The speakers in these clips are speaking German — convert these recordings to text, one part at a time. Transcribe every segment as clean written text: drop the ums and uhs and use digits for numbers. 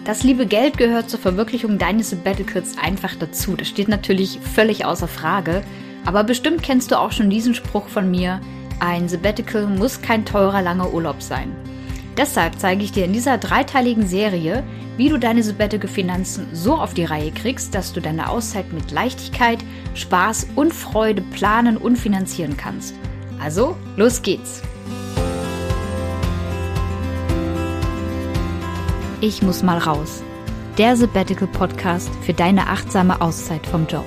Das liebe Geld gehört zur Verwirklichung deines Sabbaticals einfach dazu. Das steht natürlich völlig außer Frage. Aber bestimmt kennst du auch schon diesen Spruch von mir: Ein Sabbatical muss kein teurer, langer Urlaub sein. Deshalb zeige ich dir in dieser dreiteiligen Serie, wie du deine Sabbatical-Finanzen so auf die Reihe kriegst, dass du deine Auszeit mit Leichtigkeit, Spaß und Freude planen und finanzieren kannst. Also, los geht's! Ich muss mal raus. Der Sabbatical-Podcast für deine achtsame Auszeit vom Job.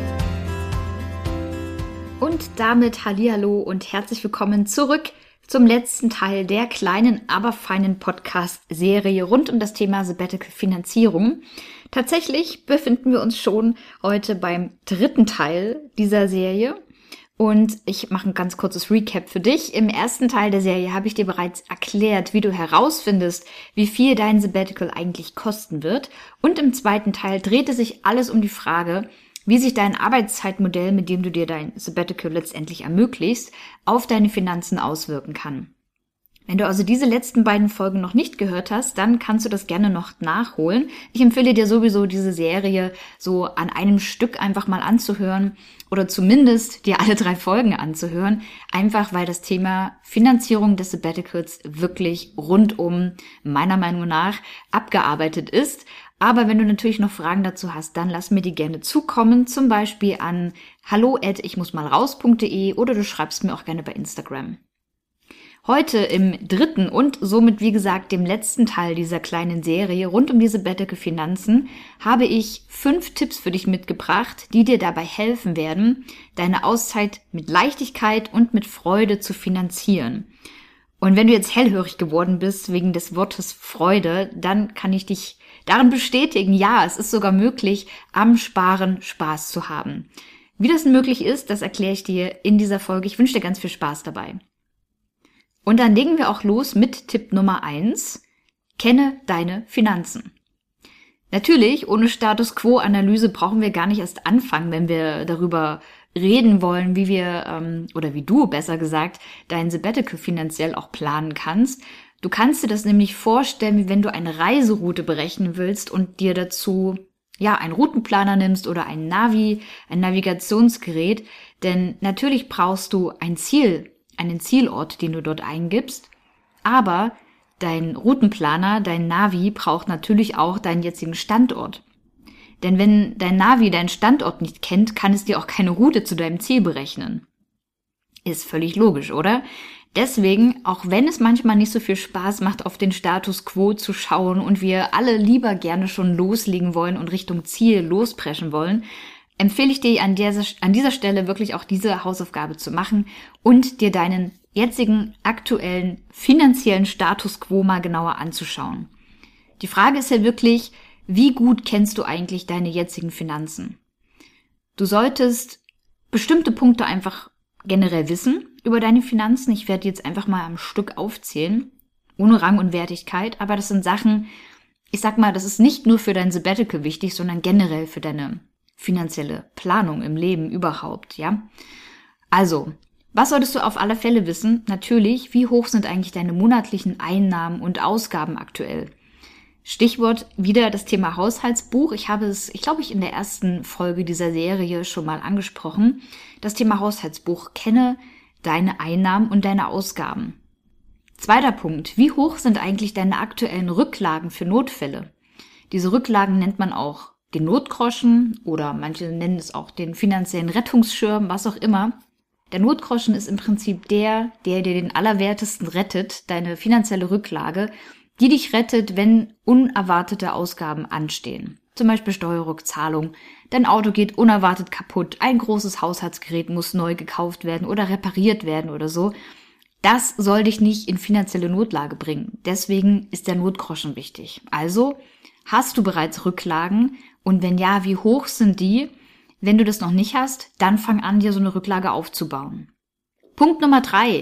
Und damit Hallihallo und herzlich willkommen zurück zum letzten Teil der kleinen, aber feinen Podcast-Serie rund um das Thema Sabbatical-Finanzierung. Tatsächlich befinden wir uns schon heute beim dritten Teil dieser Serie. Und ich mache ein ganz kurzes Recap für dich. Im ersten Teil der Serie habe ich dir bereits erklärt, wie du herausfindest, wie viel dein Sabbatical eigentlich kosten wird. Und im zweiten Teil drehte sich alles um die Frage, wie sich dein Arbeitszeitmodell, mit dem du dir dein Sabbatical letztendlich ermöglicht, auf deine Finanzen auswirken kann. Wenn du also diese letzten beiden Folgen noch nicht gehört hast, dann kannst du das gerne noch nachholen. Ich empfehle dir sowieso, diese Serie so an einem Stück einfach mal anzuhören oder zumindest dir alle 3 Folgen anzuhören, einfach weil das Thema Finanzierung des Sabbaticals wirklich rundum meiner Meinung nach abgearbeitet ist. Aber wenn du natürlich noch Fragen dazu hast, dann lass mir die gerne zukommen, zum Beispiel an hallo@ichmussmalraus.de oder du schreibst mir auch gerne bei Instagram. Heute im dritten und somit, wie gesagt, dem letzten Teil dieser kleinen Serie rund um die Sabbatical-Finanzen habe ich 5 Tipps für dich mitgebracht, die dir dabei helfen werden, deine Auszeit mit Leichtigkeit und mit Freude zu finanzieren. Und wenn du jetzt hellhörig geworden bist wegen des Wortes Freude, dann kann ich dich darin bestätigen, ja, es ist sogar möglich, am Sparen Spaß zu haben. Wie das möglich ist, das erkläre ich dir in dieser Folge. Ich wünsche dir ganz viel Spaß dabei. Und dann legen wir auch los mit Tipp Nummer 1. Kenne deine Finanzen. Natürlich, ohne Status-Quo-Analyse brauchen wir gar nicht erst anfangen, wenn wir darüber reden wollen, wie wir, oder wie du, besser gesagt, dein Sabbatical finanziell auch planen kannst. Du kannst dir das nämlich vorstellen, wie wenn du eine Reiseroute berechnen willst und dir dazu, einen Routenplaner nimmst oder ein Navi, ein Navigationsgerät. Denn natürlich brauchst du ein Ziel, einen Zielort, den du dort eingibst, aber dein Routenplaner, dein Navi braucht natürlich auch deinen jetzigen Standort. Denn wenn dein Navi deinen Standort nicht kennt, kann es dir auch keine Route zu deinem Ziel berechnen. Ist völlig logisch, oder? Deswegen, auch wenn es manchmal nicht so viel Spaß macht, auf den Status Quo zu schauen und wir alle lieber gerne schon loslegen wollen und Richtung Ziel lospreschen wollen, empfehle ich dir an dieser Stelle wirklich auch diese Hausaufgabe zu machen und dir deinen jetzigen aktuellen finanziellen Status quo mal genauer anzuschauen. Die Frage ist ja wirklich, wie gut kennst du eigentlich deine jetzigen Finanzen? Du solltest bestimmte Punkte einfach generell wissen über deine Finanzen. Ich werde jetzt einfach mal am Stück aufzählen, ohne Rang und Wertigkeit, aber das sind Sachen, ich sag mal, das ist nicht nur für dein Sabbatical wichtig, sondern generell für deine finanzielle Planung im Leben überhaupt, ja? Also, was solltest du auf alle Fälle wissen? Natürlich, wie hoch sind eigentlich deine monatlichen Einnahmen und Ausgaben aktuell? Stichwort wieder das Thema Haushaltsbuch. Ich habe es, glaube ich, in der ersten Folge dieser Serie schon mal angesprochen. Das Thema Haushaltsbuch. Kenne deine Einnahmen und deine Ausgaben. Zweiter Punkt. Wie hoch sind eigentlich deine aktuellen Rücklagen für Notfälle? Diese Rücklagen nennt man auch den Notgroschen oder manche nennen es auch den finanziellen Rettungsschirm, was auch immer. Der Notgroschen ist im Prinzip der dir den Allerwertesten rettet, deine finanzielle Rücklage, die dich rettet, wenn unerwartete Ausgaben anstehen. Zum Beispiel Steuerrückzahlung, dein Auto geht unerwartet kaputt, ein großes Haushaltsgerät muss neu gekauft werden oder repariert werden oder so. Das soll dich nicht in finanzielle Notlage bringen. Deswegen ist der Notgroschen wichtig. Also, hast du bereits Rücklagen? Und wenn ja, wie hoch sind die? Wenn du das noch nicht hast, dann fang an, dir so eine Rücklage aufzubauen. Punkt Nummer 3,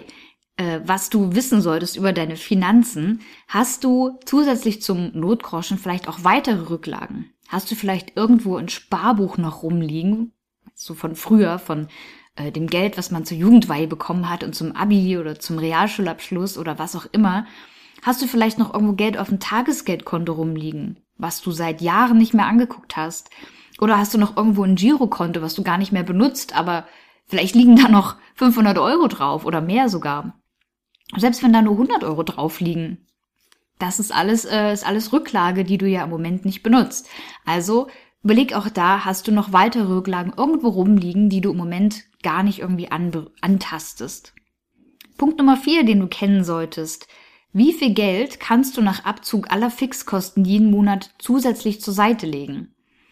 was du wissen solltest über deine Finanzen. Hast du zusätzlich zum Notgroschen vielleicht auch weitere Rücklagen? Hast du vielleicht irgendwo ein Sparbuch noch rumliegen? So von früher, von dem Geld, was man zur Jugendweihe bekommen hat und zum Abi oder zum Realschulabschluss oder was auch immer. Hast du vielleicht noch irgendwo Geld auf dem Tagesgeldkonto rumliegen? was du seit Jahren nicht mehr angeguckt hast? Oder hast du noch irgendwo ein Girokonto, was du gar nicht mehr benutzt, aber vielleicht liegen da noch 500 Euro drauf oder mehr sogar. Selbst wenn da nur 100 Euro drauf liegen, das ist alles Rücklage, die du ja im Moment nicht benutzt. Also überleg auch da, hast du noch weitere Rücklagen irgendwo rumliegen, die du im Moment gar nicht irgendwie antastest. Punkt Nummer 4, den du kennen solltest. Wie viel Geld kannst du nach Abzug aller Fixkosten jeden Monat zusätzlich zur Seite legen?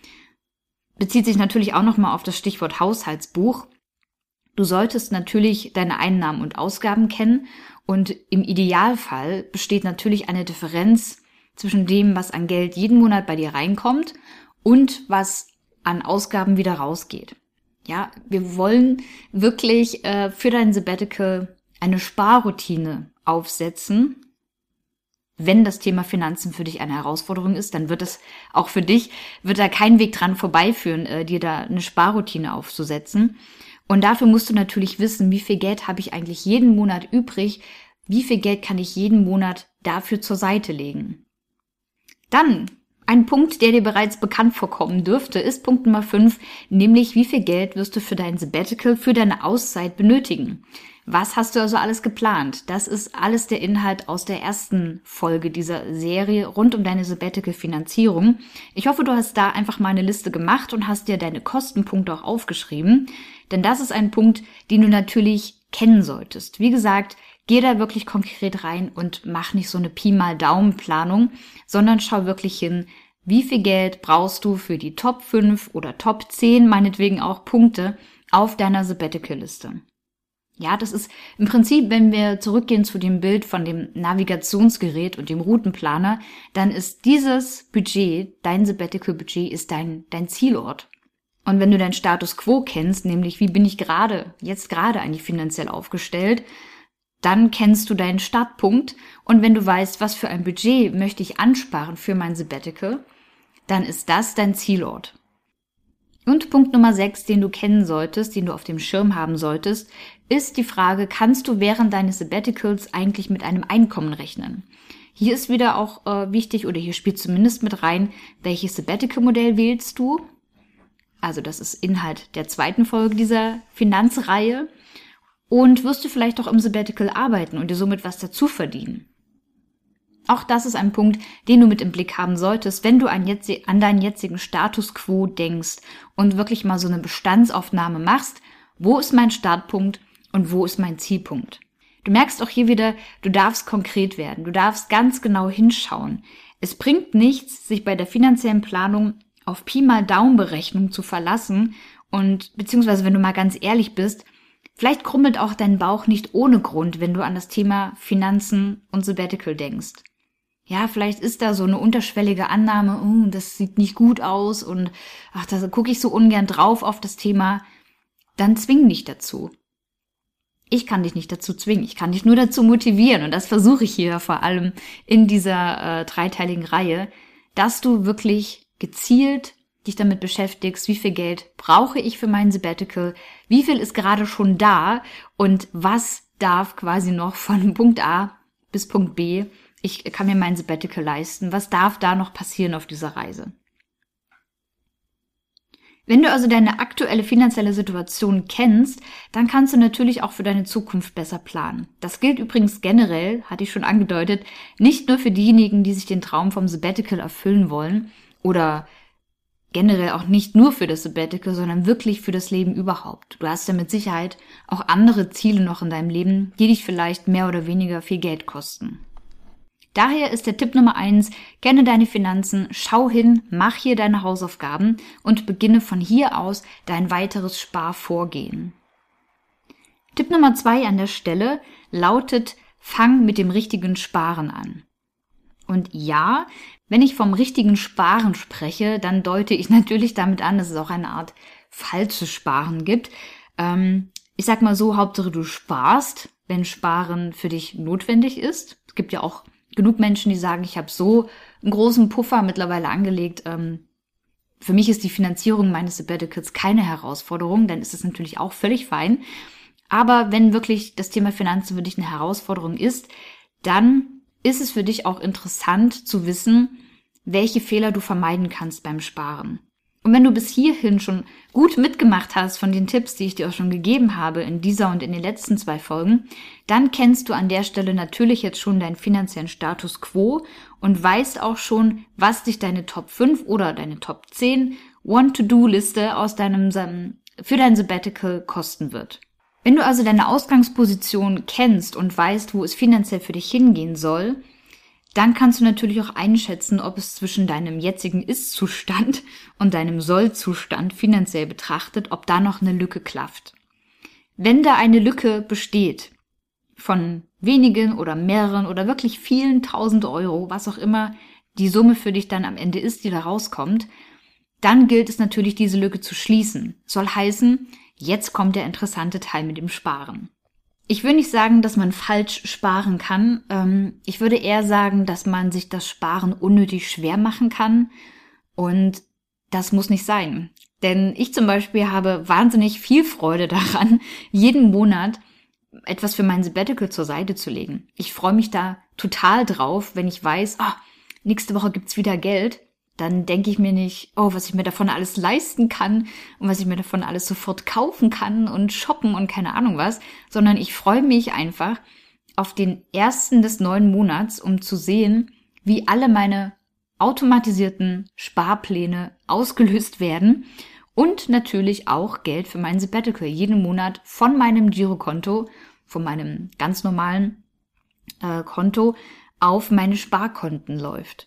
Bezieht sich natürlich auch nochmal auf das Stichwort Haushaltsbuch. Du solltest natürlich deine Einnahmen und Ausgaben kennen und im Idealfall besteht natürlich eine Differenz zwischen dem, was an Geld jeden Monat bei dir reinkommt und was an Ausgaben wieder rausgeht. Ja, wir wollen wirklich für dein Sabbatical eine Sparroutine aufsetzen. Wenn das Thema Finanzen für dich eine Herausforderung ist, dann wird es auch für dich, wird da kein Weg dran vorbeiführen, dir da eine Sparroutine aufzusetzen. Und dafür musst du natürlich wissen, wie viel Geld habe ich eigentlich jeden Monat übrig, wie viel Geld kann ich jeden Monat dafür zur Seite legen. Dann, ein Punkt, der dir bereits bekannt vorkommen dürfte, ist Punkt Nummer 5, nämlich wie viel Geld wirst du für dein Sabbatical, für deine Auszeit benötigen. Was hast du also alles geplant? Das ist alles der Inhalt aus der ersten Folge dieser Serie rund um deine Sabbatical-Finanzierung. Ich hoffe, du hast da einfach mal eine Liste gemacht und hast dir deine Kostenpunkte auch aufgeschrieben, denn das ist ein Punkt, den du natürlich kennen solltest. Wie gesagt, geh da wirklich konkret rein und mach nicht so eine Pi-mal-Daumen-Planung, sondern schau wirklich hin, wie viel Geld brauchst du für die Top 5 oder Top 10, meinetwegen auch Punkte, auf deiner Sabbatical-Liste. Ja, das ist im Prinzip, wenn wir zurückgehen zu dem Bild von dem Navigationsgerät und dem Routenplaner, dann ist dieses Budget, dein Sabbatical-Budget, ist dein Zielort. Und wenn du deinen Status Quo kennst, nämlich wie bin ich jetzt gerade eigentlich finanziell aufgestellt, dann kennst du deinen Startpunkt. Und wenn du weißt, was für ein Budget möchte ich ansparen für mein Sabbatical, dann ist das dein Zielort. Und Punkt Nummer 6, den du kennen solltest, den du auf dem Schirm haben solltest, ist die Frage, kannst du während deines Sabbaticals eigentlich mit einem Einkommen rechnen? Hier ist wieder auch wichtig, oder hier spielt zumindest mit rein, welches Sabbatical-Modell wählst du? Also das ist Inhalt der zweiten Folge dieser Finanzreihe. Und wirst du vielleicht auch im Sabbatical arbeiten und dir somit was dazu verdienen? Auch das ist ein Punkt, den du mit im Blick haben solltest, wenn du an deinen jetzigen Status Quo denkst und wirklich mal so eine Bestandsaufnahme machst. Wo ist mein Startpunkt und wo ist mein Zielpunkt? Du merkst auch hier wieder, du darfst konkret werden. Du darfst ganz genau hinschauen. Es bringt nichts, sich bei der finanziellen Planung auf Pi-mal-Daumen-Berechnung zu verlassen und beziehungsweise, wenn du mal ganz ehrlich bist, vielleicht krummelt auch dein Bauch nicht ohne Grund, wenn du an das Thema Finanzen und Sabbatical denkst. Ja, vielleicht ist da so eine unterschwellige Annahme, das sieht nicht gut aus und da gucke ich so ungern drauf auf das Thema. Dann zwing dich dazu. Ich kann dich nicht dazu zwingen, ich kann dich nur dazu motivieren und das versuche ich hier vor allem in dieser dreiteiligen Reihe, dass du wirklich gezielt dich damit beschäftigst, wie viel Geld brauche ich für mein Sabbatical, wie viel ist gerade schon da und was darf quasi noch von Punkt A bis Punkt B, ich kann mir mein Sabbatical leisten, was darf da noch passieren auf dieser Reise. Wenn du also deine aktuelle finanzielle Situation kennst, dann kannst du natürlich auch für deine Zukunft besser planen. Das gilt übrigens generell, hatte ich schon angedeutet, nicht nur für diejenigen, die sich den Traum vom Sabbatical erfüllen wollen oder generell auch nicht nur für das Sabbatical, sondern wirklich für das Leben überhaupt. Du hast ja mit Sicherheit auch andere Ziele noch in deinem Leben, die dich vielleicht mehr oder weniger viel Geld kosten. Daher ist der Tipp Nummer 1, kenne deine Finanzen, schau hin, mach hier deine Hausaufgaben und beginne von hier aus dein weiteres Sparvorgehen. Tipp Nummer 2 an der Stelle lautet, fang mit dem richtigen Sparen an. Und ja, wenn ich vom richtigen Sparen spreche, dann deute ich natürlich damit an, dass es auch eine Art falsches Sparen gibt. Ich sag mal so, Hauptsache du sparst, wenn Sparen für dich notwendig ist. Es gibt ja auch genug Menschen, die sagen, ich habe so einen großen Puffer mittlerweile angelegt. Für mich ist die Finanzierung meines Sabbaticals keine Herausforderung, dann ist es natürlich auch völlig fein. Aber wenn wirklich das Thema Finanzen für dich eine Herausforderung ist, dann ist es für dich auch interessant zu wissen, welche Fehler du vermeiden kannst beim Sparen. Und wenn du bis hierhin schon gut mitgemacht hast von den Tipps, die ich dir auch schon gegeben habe in dieser und in den letzten 2 Folgen, dann kennst du an der Stelle natürlich jetzt schon deinen finanziellen Status quo und weißt auch schon, was dich deine Top 5 oder deine Top 10 Want-to-Do-Liste für dein Sabbatical kosten wird. Wenn du also deine Ausgangsposition kennst und weißt, wo es finanziell für dich hingehen soll, dann kannst du natürlich auch einschätzen, ob es zwischen deinem jetzigen Ist-Zustand und deinem Soll-Zustand finanziell betrachtet, ob da noch eine Lücke klafft. Wenn da eine Lücke besteht, von wenigen oder mehreren oder wirklich vielen 1.000 Euro, was auch immer die Summe für dich dann am Ende ist, die da rauskommt, dann gilt es natürlich, diese Lücke zu schließen. Soll heißen, jetzt kommt der interessante Teil mit dem Sparen. Ich will nicht sagen, dass man falsch sparen kann. Ich würde eher sagen, dass man sich das Sparen unnötig schwer machen kann. Und das muss nicht sein. Denn ich zum Beispiel habe wahnsinnig viel Freude daran, jeden Monat etwas für mein Sabbatical zur Seite zu legen. Ich freue mich da total drauf, wenn ich weiß, nächste Woche gibt's wieder Geld. Dann denke ich mir nicht, was ich mir davon alles leisten kann und was ich mir davon alles sofort kaufen kann und shoppen und keine Ahnung was, sondern ich freue mich einfach auf den 1. des neuen Monats, um zu sehen, wie alle meine automatisierten Sparpläne ausgelöst werden und natürlich auch Geld für mein Sabbatical jeden Monat von meinem Girokonto, von meinem ganz normalen Konto auf meine Sparkonten läuft.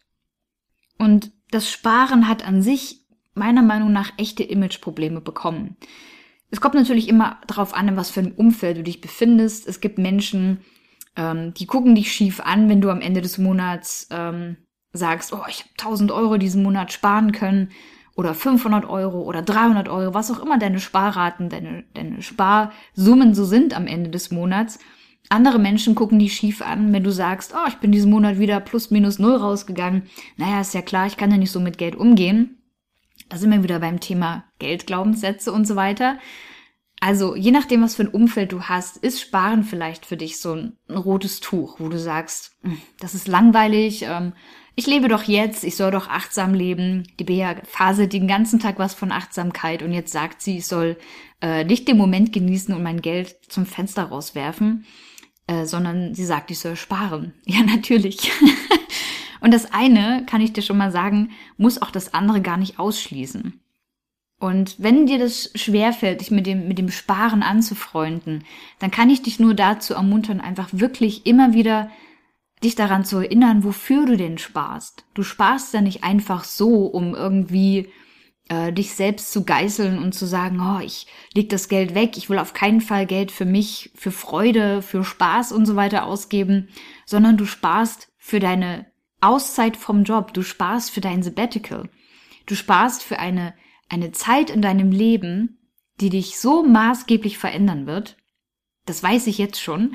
Und das Sparen hat an sich meiner Meinung nach echte Imageprobleme bekommen. Es kommt natürlich immer darauf an, in was für einem Umfeld du dich befindest. Es gibt Menschen, die gucken dich schief an, wenn du am Ende des Monats sagst, ich habe 1.000 Euro diesen Monat sparen können oder 500 Euro oder 300 Euro, was auch immer deine Sparraten, deine Sparsummen so sind am Ende des Monats. Andere Menschen gucken dich schief an, wenn du sagst, ich bin diesen Monat wieder plus minus 0 rausgegangen. Naja, ist ja klar, ich kann ja nicht so mit Geld umgehen. Da sind wir wieder beim Thema Geldglaubenssätze und so weiter. Also je nachdem, was für ein Umfeld du hast, ist Sparen vielleicht für dich so ein rotes Tuch, wo du sagst, das ist langweilig, ich lebe doch jetzt, ich soll doch achtsam leben. Die Bea faselt den ganzen Tag was von Achtsamkeit und jetzt sagt sie, ich soll nicht den Moment genießen und mein Geld zum Fenster rauswerfen. Sondern sie sagt, ich soll sparen. Ja, natürlich. Und das eine, kann ich dir schon mal sagen, muss auch das andere gar nicht ausschließen. Und wenn dir das schwerfällt, dich mit dem Sparen anzufreunden, dann kann ich dich nur dazu ermuntern, einfach wirklich immer wieder dich daran zu erinnern, wofür du denn sparst. Du sparst ja nicht einfach so, um irgendwie dich selbst zu geißeln und zu sagen, ich leg das Geld weg, ich will auf keinen Fall Geld für mich, für Freude, für Spaß und so weiter ausgeben, sondern du sparst für deine Auszeit vom Job, du sparst für dein Sabbatical, du sparst für eine Zeit in deinem Leben, die dich so maßgeblich verändern wird. Das weiß ich jetzt schon.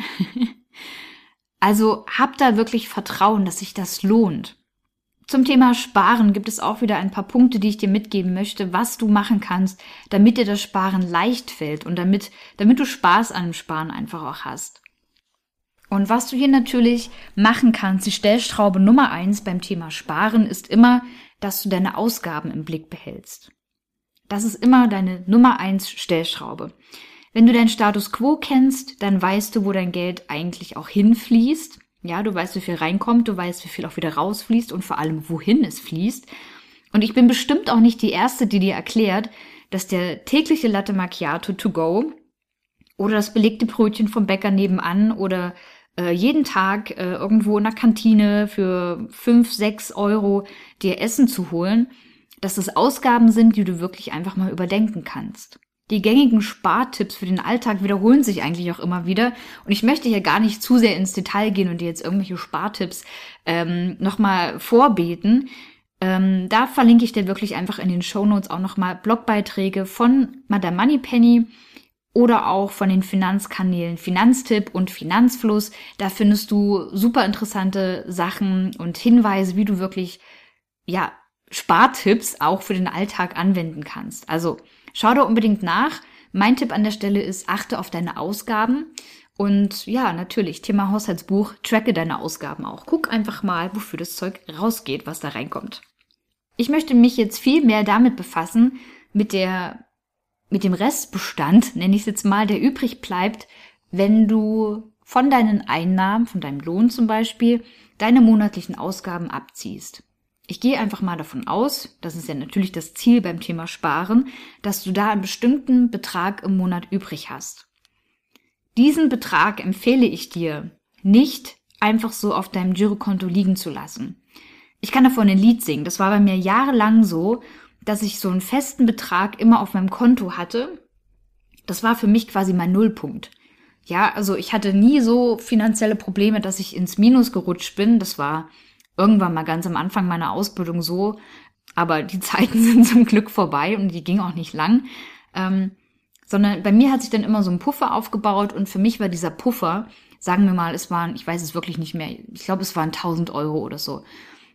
Also hab da wirklich Vertrauen, dass sich das lohnt. Zum Thema Sparen gibt es auch wieder ein paar Punkte, die ich dir mitgeben möchte, was du machen kannst, damit dir das Sparen leicht fällt und damit du Spaß an dem Sparen einfach auch hast. Und was du hier natürlich machen kannst, die Stellschraube Nummer 1 beim Thema Sparen ist immer, dass du deine Ausgaben im Blick behältst. Das ist immer deine Nummer 1 Stellschraube. Wenn du deinen Status quo kennst, dann weißt du, wo dein Geld eigentlich auch hinfließt. Ja, du weißt, wie viel reinkommt, du weißt, wie viel auch wieder rausfließt und vor allem, wohin es fließt. Und ich bin bestimmt auch nicht die Erste, die dir erklärt, dass der tägliche Latte Macchiato to go oder das belegte Brötchen vom Bäcker nebenan oder jeden Tag irgendwo in der Kantine für 5, 6 Euro dir Essen zu holen, dass das Ausgaben sind, die du wirklich einfach mal überdenken kannst. Die gängigen Spartipps für den Alltag wiederholen sich eigentlich auch immer wieder. Und ich möchte hier gar nicht zu sehr ins Detail gehen und dir jetzt irgendwelche Spartipps nochmal vorbeten. Da verlinke ich dir wirklich einfach in den Shownotes auch nochmal Blogbeiträge von Madame Moneypenny oder auch von den Finanzkanälen Finanztipp und Finanzfluss. Da findest du super interessante Sachen und Hinweise, wie du wirklich Spartipps auch für den Alltag anwenden kannst. Also schau da unbedingt nach. Mein Tipp an der Stelle ist, achte auf deine Ausgaben. Und ja, natürlich, Thema Haushaltsbuch, tracke deine Ausgaben auch. Guck einfach mal, wofür das Zeug rausgeht, was da reinkommt. Ich möchte mich jetzt viel mehr damit befassen, mit dem Restbestand, nenne ich es jetzt mal, der übrig bleibt, wenn du von deinen Einnahmen, von deinem Lohn zum Beispiel, deine monatlichen Ausgaben abziehst. Ich gehe einfach mal davon aus, das ist ja natürlich das Ziel beim Thema Sparen, dass du da einen bestimmten Betrag im Monat übrig hast. Diesen Betrag empfehle ich dir nicht einfach so auf deinem Girokonto liegen zu lassen. Ich kann davon ein Lied singen. Das war bei mir jahrelang so, dass ich so einen festen Betrag immer auf meinem Konto hatte. Das war für mich quasi mein Nullpunkt. Ja, also ich hatte nie so finanzielle Probleme, dass ich ins Minus gerutscht bin. Das war irgendwann mal ganz am Anfang meiner Ausbildung so. Aber die Zeiten sind zum Glück vorbei und die ging auch nicht lang. Sondern bei mir hat sich dann immer so ein Puffer aufgebaut und für mich war dieser Puffer, sagen wir mal, ich weiß es wirklich nicht mehr, ich glaube, es waren 1.000 Euro oder so.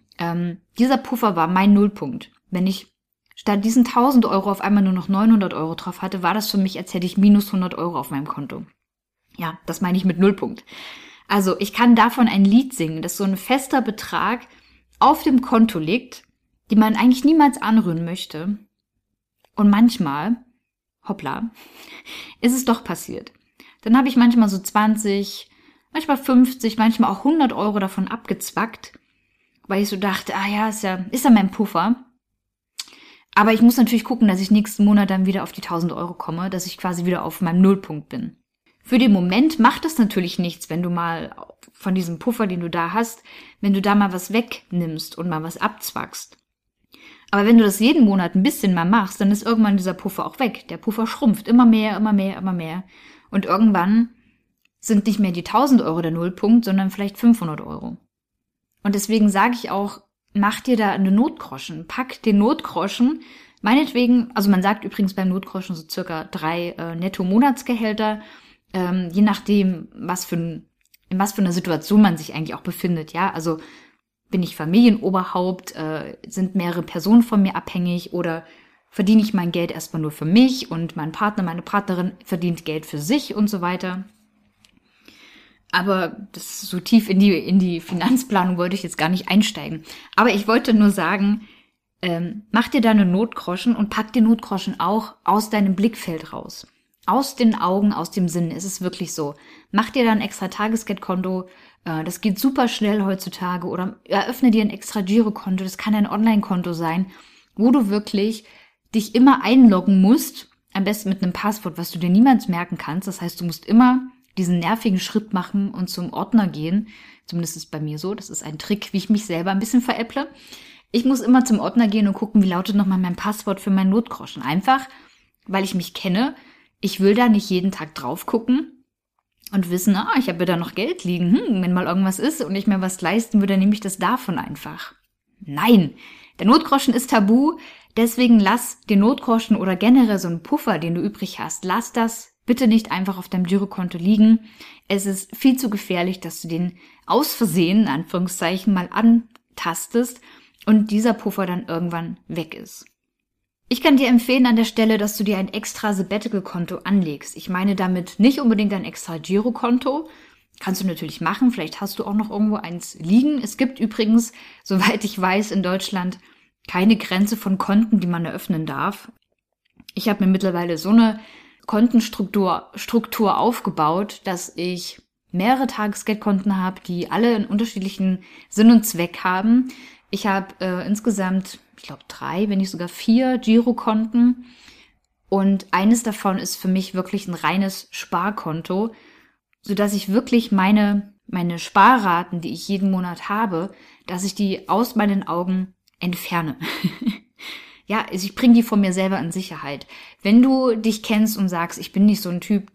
Dieser Puffer war mein Nullpunkt. Wenn ich statt diesen 1.000 Euro auf einmal nur noch 900 Euro drauf hatte, war das für mich, als hätte ich minus 100 Euro auf meinem Konto. Ja, das meine ich mit Nullpunkt. Also ich kann davon ein Lied singen, dass so ein fester Betrag auf dem Konto liegt, den man eigentlich niemals anrühren möchte. Und manchmal, hoppla, ist es doch passiert. Dann habe ich manchmal so 20, manchmal 50, manchmal auch 100 Euro davon abgezwackt, weil ich so dachte, ist ja mein Puffer. Aber ich muss natürlich gucken, dass ich nächsten Monat dann wieder auf die 1.000 Euro komme, dass ich quasi wieder auf meinem Nullpunkt bin. Für den Moment macht das natürlich nichts, wenn du mal von diesem Puffer, den du da hast, wenn du da mal was wegnimmst und mal was abzwackst. Aber wenn du das jeden Monat ein bisschen mal machst, dann ist irgendwann dieser Puffer auch weg. Der Puffer schrumpft immer mehr, immer mehr, immer mehr. Und irgendwann sind nicht mehr die 1.000 Euro der Nullpunkt, sondern vielleicht 500 Euro. Und deswegen sage ich auch, mach dir da eine Notgroschen. Pack den Notgroschen, meinetwegen, also man sagt übrigens beim Notgroschen so circa 3 Netto-Monatsgehälter, je nachdem, in was für einer Situation man sich eigentlich auch befindet. Ja, also bin ich Familienoberhaupt, sind mehrere Personen von mir abhängig oder verdiene ich mein Geld erstmal nur für mich und mein Partner, meine Partnerin verdient Geld für sich und so weiter. Aber das so tief in die Finanzplanung wollte ich jetzt gar nicht einsteigen. Aber ich wollte nur sagen, mach dir da eine Notgroschen und pack den Notgroschen auch aus deinem Blickfeld raus. Aus den Augen, aus dem Sinn. Es ist wirklich so. Mach dir da ein extra Tagesgeldkonto. Das geht super schnell heutzutage. Oder eröffne dir ein extra Girokonto. Das kann ein Online-Konto sein, wo du wirklich dich immer einloggen musst. Am besten mit einem Passwort, was du dir niemals merken kannst. Das heißt, du musst immer diesen nervigen Schritt machen und zum Ordner gehen. Zumindest ist es bei mir so. Das ist ein Trick, wie ich mich selber ein bisschen veräpple. Ich muss immer zum Ordner gehen und gucken, wie lautet nochmal mein Passwort für meinen Notgroschen. Einfach, weil ich mich kenne. Ich will da nicht jeden Tag drauf gucken und wissen, ich habe ja da noch Geld liegen. Wenn mal irgendwas ist und ich mir was leisten würde, dann nehme ich das davon einfach. Nein, der Notgroschen ist tabu. Deswegen lass den Notgroschen oder generell so einen Puffer, den du übrig hast, lass das bitte nicht einfach auf deinem Girokonto liegen. Es ist viel zu gefährlich, dass du den aus Versehen, in Anführungszeichen, mal antastest und dieser Puffer dann irgendwann weg ist. Ich kann dir empfehlen an der Stelle, dass du dir ein extra Sabbatical-Konto anlegst. Ich meine damit nicht unbedingt ein extra Girokonto. Kannst du natürlich machen, vielleicht hast du auch noch irgendwo eins liegen. Es gibt übrigens, soweit ich weiß, in Deutschland keine Grenze von Konten, die man eröffnen darf. Ich habe mir mittlerweile so eine Kontenstruktur aufgebaut, dass ich mehrere Tagesgeldkonten habe, die alle einen unterschiedlichen Sinn und Zweck haben. Ich habe insgesamt, ich glaube 3, wenn nicht sogar 4 Girokonten und eines davon ist für mich wirklich ein reines Sparkonto, sodass ich wirklich meine Sparraten, die ich jeden Monat habe, dass ich die aus meinen Augen entferne. Ja, also ich bringe die von mir selber in Sicherheit. Wenn du dich kennst und sagst, ich bin nicht so ein Typ,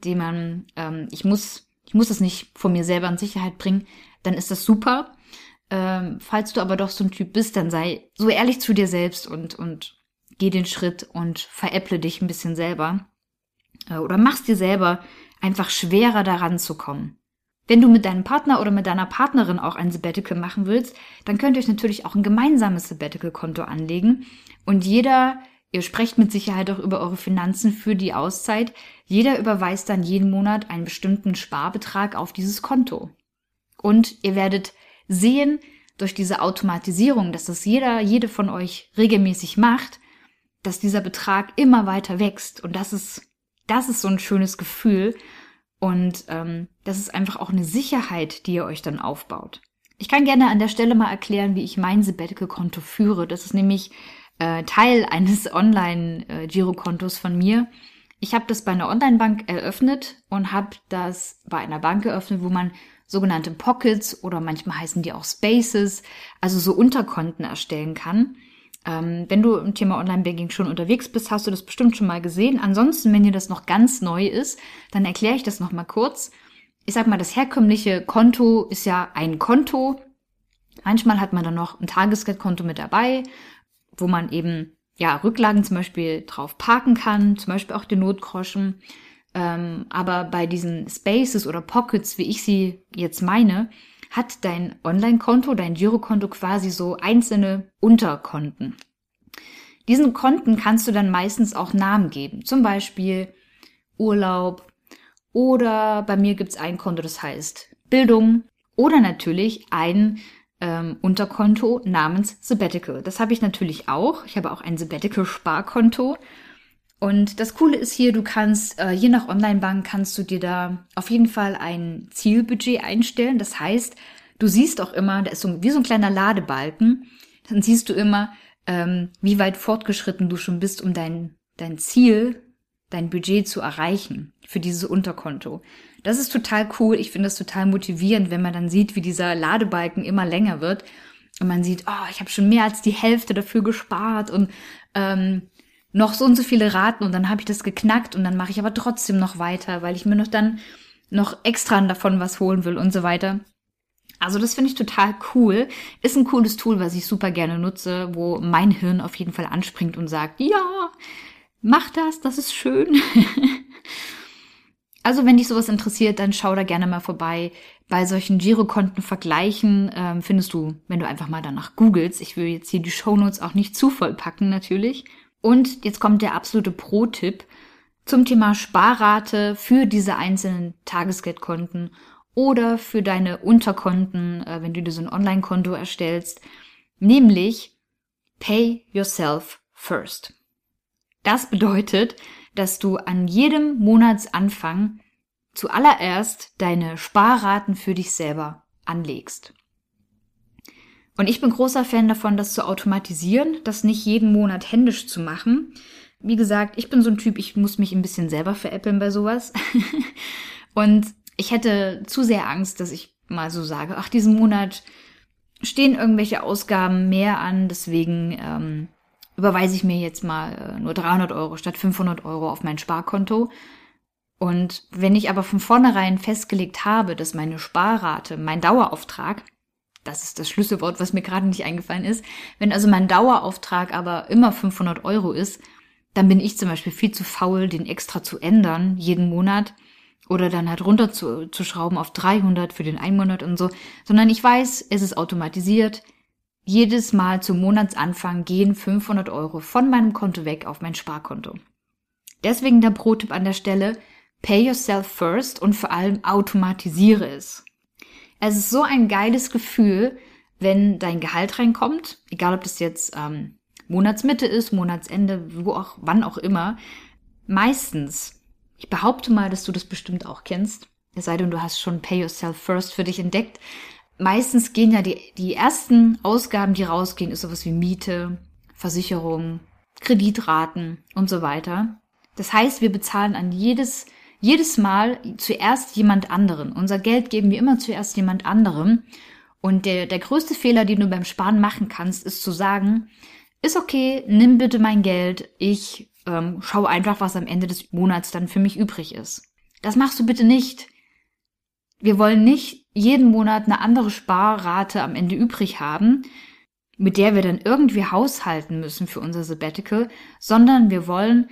ich muss das nicht von mir selber in Sicherheit bringen, dann ist das super. Falls du aber doch so ein Typ bist, dann sei so ehrlich zu dir selbst und geh den Schritt und veräpple dich ein bisschen selber. Oder mach's dir selber einfach schwerer, daran zu kommen. Wenn du mit deinem Partner oder mit deiner Partnerin auch ein Sabbatical machen willst, dann könnt ihr euch natürlich auch ein gemeinsames Sabbatical-Konto anlegen. Und ihr sprecht mit Sicherheit auch über eure Finanzen für die Auszeit. Jeder überweist dann jeden Monat einen bestimmten Sparbetrag auf dieses Konto. Und ihr werdet sehen, durch diese Automatisierung, dass das jede von euch regelmäßig macht, dass dieser Betrag immer weiter wächst. Und das ist so ein schönes Gefühl. Und das ist einfach auch eine Sicherheit, die ihr euch dann aufbaut. Ich kann gerne an der Stelle mal erklären, wie ich mein Sabbatical-Konto führe. Das ist nämlich Teil eines Online-Girokontos von mir. Ich habe das bei einer Online-Bank eröffnet und habe das bei einer Bank geöffnet, wo man sogenannte Pockets oder manchmal heißen die auch Spaces, also so Unterkonten erstellen kann. Wenn du im Thema Online-Banking schon unterwegs bist, hast du das bestimmt schon mal gesehen. Ansonsten, wenn dir das noch ganz neu ist, dann erkläre ich das noch mal kurz. Ich sag mal, das herkömmliche Konto ist ja ein Konto. Manchmal hat man dann noch ein Tagesgeldkonto mit dabei, wo man eben Rücklagen zum Beispiel drauf parken kann, zum Beispiel auch den Notgroschen. Aber bei diesen Spaces oder Pockets, wie ich sie jetzt meine, hat dein Online-Konto, dein Girokonto quasi so einzelne Unterkonten. Diesen Konten kannst du dann meistens auch Namen geben, zum Beispiel Urlaub oder bei mir gibt's ein Konto, das heißt Bildung oder natürlich ein Unterkonto namens Sabbatical. Das habe ich natürlich auch. Ich habe auch ein Sabbatical-Sparkonto. Und das Coole ist hier, du kannst, je nach Online-Bank kannst du dir da auf jeden Fall ein Zielbudget einstellen. Das heißt, du siehst auch immer, da ist wie so ein kleiner Ladebalken, dann siehst du immer, wie weit fortgeschritten du schon bist, um dein Ziel, dein Budget zu erreichen für dieses Unterkonto. Das ist total cool. Ich finde das total motivierend, wenn man dann sieht, wie dieser Ladebalken immer länger wird und man sieht, ich habe schon mehr als die Hälfte dafür gespart und noch so und so viele Raten und dann habe ich das geknackt und dann mache ich aber trotzdem noch weiter, weil ich mir noch extra davon was holen will und so weiter. Also das finde ich total cool. Ist ein cooles Tool, was ich super gerne nutze, wo mein Hirn auf jeden Fall anspringt und sagt, ja, mach das ist schön. Also wenn dich sowas interessiert, dann schau da gerne mal vorbei. Bei solchen Girokonten vergleichen findest du, wenn du einfach mal danach googelst. Ich will jetzt hier die Shownotes auch nicht zu voll packen natürlich. Und jetzt kommt der absolute Pro-Tipp zum Thema Sparrate für diese einzelnen Tagesgeldkonten oder für deine Unterkonten, wenn du dir so ein Online-Konto erstellst, nämlich Pay yourself first. Das bedeutet, dass du an jedem Monatsanfang zuallererst deine Sparraten für dich selber anlegst. Und ich bin großer Fan davon, das zu automatisieren, das nicht jeden Monat händisch zu machen. Wie gesagt, ich bin so ein Typ, ich muss mich ein bisschen selber veräppeln bei sowas. Und ich hätte zu sehr Angst, dass ich mal so sage, diesen Monat stehen irgendwelche Ausgaben mehr an, deswegen überweise ich mir jetzt mal nur 300 Euro statt 500 Euro auf mein Sparkonto. Und wenn ich aber von vornherein festgelegt habe, dass meine Sparrate, mein Dauerauftrag, das ist das Schlüsselwort, was mir gerade nicht eingefallen ist, wenn also mein Dauerauftrag aber immer 500 Euro ist, dann bin ich zum Beispiel viel zu faul, den extra zu ändern jeden Monat oder dann halt runter zu schrauben auf 300 für den einen Monat und so, sondern ich weiß, es ist automatisiert. Jedes Mal zum Monatsanfang gehen 500 Euro von meinem Konto weg auf mein Sparkonto. Deswegen der Pro-Tipp an der Stelle, pay yourself first und vor allem automatisiere es. Es ist so ein geiles Gefühl, wenn dein Gehalt reinkommt, egal ob das jetzt Monatsmitte ist, Monatsende, wann auch immer. Meistens, ich behaupte mal, dass du das bestimmt auch kennst, es sei denn, du hast schon Pay Yourself First für dich entdeckt. Meistens gehen ja die ersten Ausgaben, die rausgehen, ist sowas wie Miete, Versicherung, Kreditraten und so weiter. Das heißt, wir bezahlen an jedes Mal zuerst jemand anderen. Unser Geld geben wir immer zuerst jemand anderem. Und der größte Fehler, den du beim Sparen machen kannst, ist zu sagen, ist okay, nimm bitte mein Geld, ich schaue einfach, was am Ende des Monats dann für mich übrig ist. Das machst du bitte nicht. Wir wollen nicht jeden Monat eine andere Sparrate am Ende übrig haben, mit der wir dann irgendwie haushalten müssen für unser Sabbatical, sondern wir wollen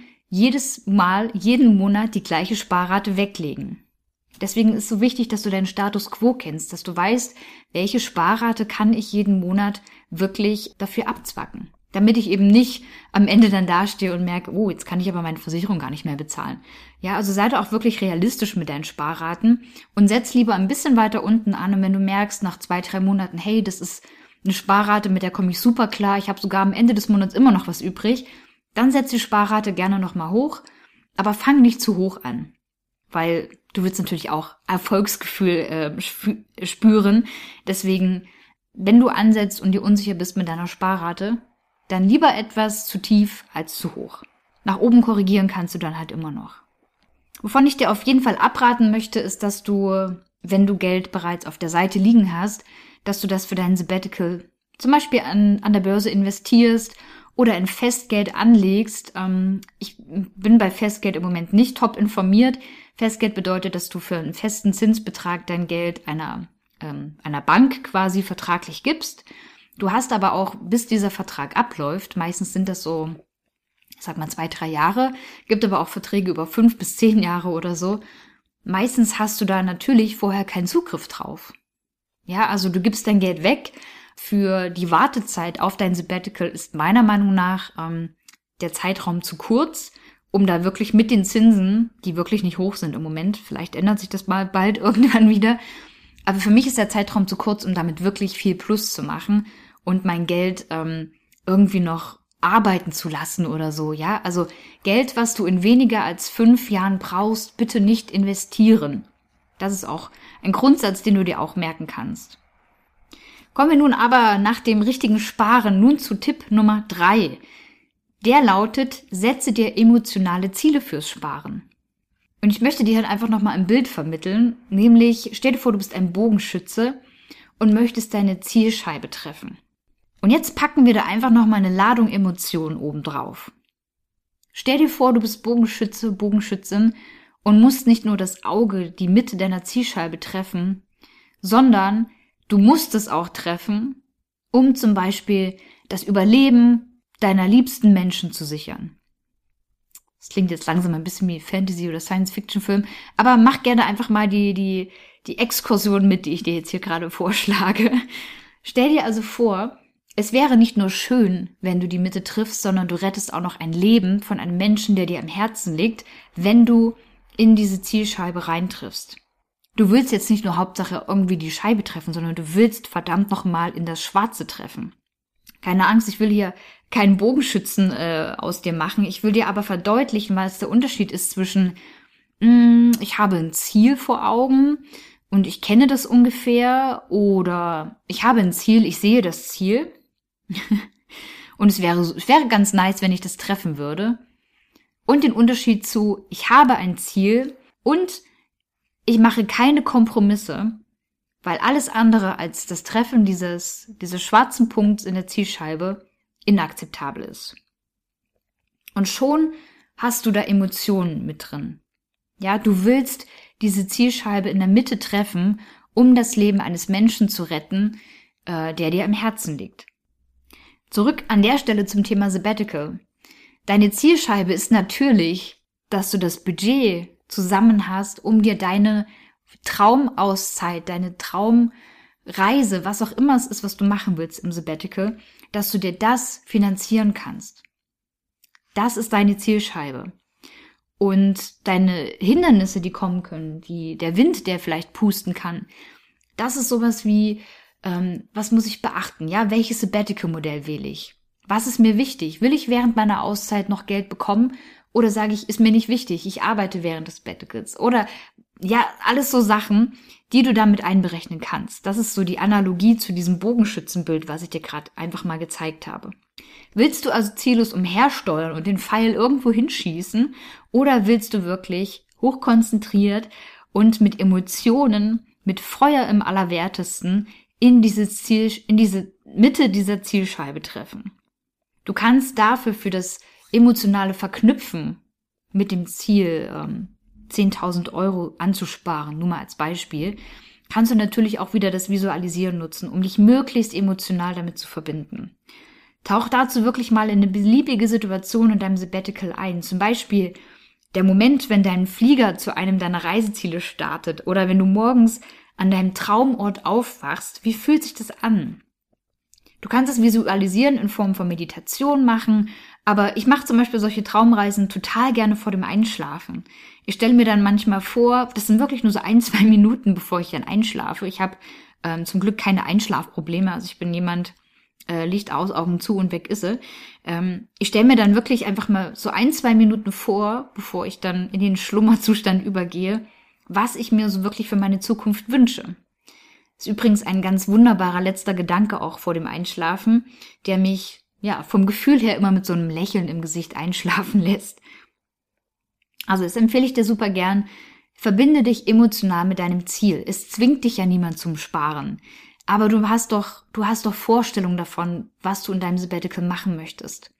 jeden Monat die gleiche Sparrate weglegen. Deswegen ist es so wichtig, dass du deinen Status quo kennst, dass du weißt, welche Sparrate kann ich jeden Monat wirklich dafür abzwacken. Damit ich eben nicht am Ende dann dastehe und merke, jetzt kann ich aber meine Versicherung gar nicht mehr bezahlen. Ja, also sei doch auch wirklich realistisch mit deinen Sparraten und setz lieber ein bisschen weiter unten an. Und wenn du merkst, nach 2-3 Monaten, hey, das ist eine Sparrate, mit der komme ich super klar, ich habe sogar am Ende des Monats immer noch was übrig, dann setz die Sparrate gerne nochmal hoch, aber fang nicht zu hoch an, weil du willst natürlich auch Erfolgsgefühl spüren. Deswegen, wenn du ansetzt und dir unsicher bist mit deiner Sparrate, dann lieber etwas zu tief als zu hoch. Nach oben korrigieren kannst du dann halt immer noch. Wovon ich dir auf jeden Fall abraten möchte, ist, dass du, wenn du Geld bereits auf der Seite liegen hast, dass du das für dein Sabbatical zum Beispiel an der Börse investierst oder in Festgeld anlegst. Ich bin bei Festgeld im Moment nicht top informiert. Festgeld bedeutet, dass du für einen festen Zinsbetrag dein Geld einer Bank quasi vertraglich gibst. Du hast aber auch, bis dieser Vertrag abläuft, meistens sind das so, ich sag mal 2-3 Jahre, gibt aber auch Verträge über 5 bis 10 Jahre oder so. Meistens hast du da natürlich vorher keinen Zugriff drauf. Ja, also du gibst dein Geld weg. Für die Wartezeit auf dein Sabbatical ist meiner Meinung nach der Zeitraum zu kurz, um da wirklich mit den Zinsen, die wirklich nicht hoch sind im Moment, vielleicht ändert sich das mal bald irgendwann wieder, aber für mich ist der Zeitraum zu kurz, um damit wirklich viel Plus zu machen und mein Geld irgendwie noch arbeiten zu lassen oder so, ja. Also Geld, was du in weniger als 5 Jahren brauchst, bitte nicht investieren. Das ist auch ein Grundsatz, den du dir auch merken kannst. Kommen wir nun aber nach dem richtigen Sparen nun zu Tipp Nummer 3. Der lautet, setze dir emotionale Ziele fürs Sparen. Und ich möchte dir halt einfach nochmal ein Bild vermitteln, nämlich stell dir vor, du bist ein Bogenschütze und möchtest deine Zielscheibe treffen. Und jetzt packen wir da einfach nochmal eine Ladung Emotionen obendrauf. Stell dir vor, du bist Bogenschütze, Bogenschützin und musst nicht nur das Auge, die Mitte deiner Zielscheibe treffen, sondern du musst es auch treffen, um zum Beispiel das Überleben deiner liebsten Menschen zu sichern. Das klingt jetzt langsam ein bisschen wie Fantasy- oder Science-Fiction-Film, aber mach gerne einfach mal die Exkursion mit, die ich dir jetzt hier gerade vorschlage. Stell dir also vor, es wäre nicht nur schön, wenn du die Mitte triffst, sondern du rettest auch noch ein Leben von einem Menschen, der dir am Herzen liegt, wenn du in diese Zielscheibe reintriffst. Du willst jetzt nicht nur Hauptsache irgendwie die Scheibe treffen, sondern du willst verdammt nochmal in das Schwarze treffen. Keine Angst, ich will hier keinen Bogenschützen aus dir machen. Ich will dir aber verdeutlichen, was der Unterschied ist zwischen ich habe ein Ziel vor Augen und ich kenne das ungefähr oder ich habe ein Ziel, ich sehe das Ziel und es wäre ganz nice, wenn ich das treffen würde. Und den Unterschied zu ich habe ein Ziel und ich mache keine Kompromisse, weil alles andere als das Treffen dieses schwarzen Punkts in der Zielscheibe inakzeptabel ist. Und schon hast du da Emotionen mit drin. Ja, du willst diese Zielscheibe in der Mitte treffen, um das Leben eines Menschen zu retten, der dir am Herzen liegt. Zurück an der Stelle zum Thema Sabbatical. Deine Zielscheibe ist natürlich, dass du das Budget zusammen hast, um dir deine Traumauszeit, deine Traumreise, was auch immer es ist, was du machen willst im Sabbatical, dass du dir das finanzieren kannst. Das ist deine Zielscheibe. Und deine Hindernisse, die kommen können, wie der Wind, der vielleicht pusten kann, das ist sowas wie, was muss ich beachten? Ja, welches Sabbatical-Modell wähle ich? Was ist mir wichtig? Will ich während meiner Auszeit noch Geld bekommen? Oder sage ich, ist mir nicht wichtig, ich arbeite während des Sabbaticals? Oder ja, alles so Sachen, die du damit einberechnen kannst. Das ist so die Analogie zu diesem Bogenschützenbild, was ich dir gerade einfach mal gezeigt habe. Willst du also ziellos umhersteuern und den Pfeil irgendwo hinschießen? Oder willst du wirklich hochkonzentriert und mit Emotionen, mit Feuer im Allerwertesten in diese Mitte dieser Zielscheibe treffen? Du kannst dafür für das emotionale Verknüpfen mit dem Ziel, 10.000 Euro anzusparen, nur mal als Beispiel, kannst du natürlich auch wieder das Visualisieren nutzen, um dich möglichst emotional damit zu verbinden. Tauch dazu wirklich mal in eine beliebige Situation in deinem Sabbatical ein. Zum Beispiel der Moment, wenn dein Flieger zu einem deiner Reiseziele startet oder wenn du morgens an deinem Traumort aufwachst. Wie fühlt sich das an? Du kannst es visualisieren in Form von Meditation machen, aber ich mache zum Beispiel solche Traumreisen total gerne vor dem Einschlafen. Ich stelle mir dann manchmal vor, das sind wirklich nur so 1-2 Minuten, bevor ich dann einschlafe. Ich habe Zum Glück keine Einschlafprobleme. Also ich bin jemand, Licht aus, Augen zu und weg ist sie. Ich stelle mir dann wirklich einfach mal so 1-2 Minuten vor, bevor ich dann in den Schlummerzustand übergehe, was ich mir so wirklich für meine Zukunft wünsche. Ist übrigens ein ganz wunderbarer letzter Gedanke auch vor dem Einschlafen, der mich vom Gefühl her immer mit so einem Lächeln im Gesicht einschlafen lässt. Also das empfehle ich dir super gern. Verbinde dich emotional mit deinem Ziel. Es zwingt dich ja niemand zum Sparen. Aber du hast doch Vorstellungen davon, was du in deinem Sabbatical machen möchtest.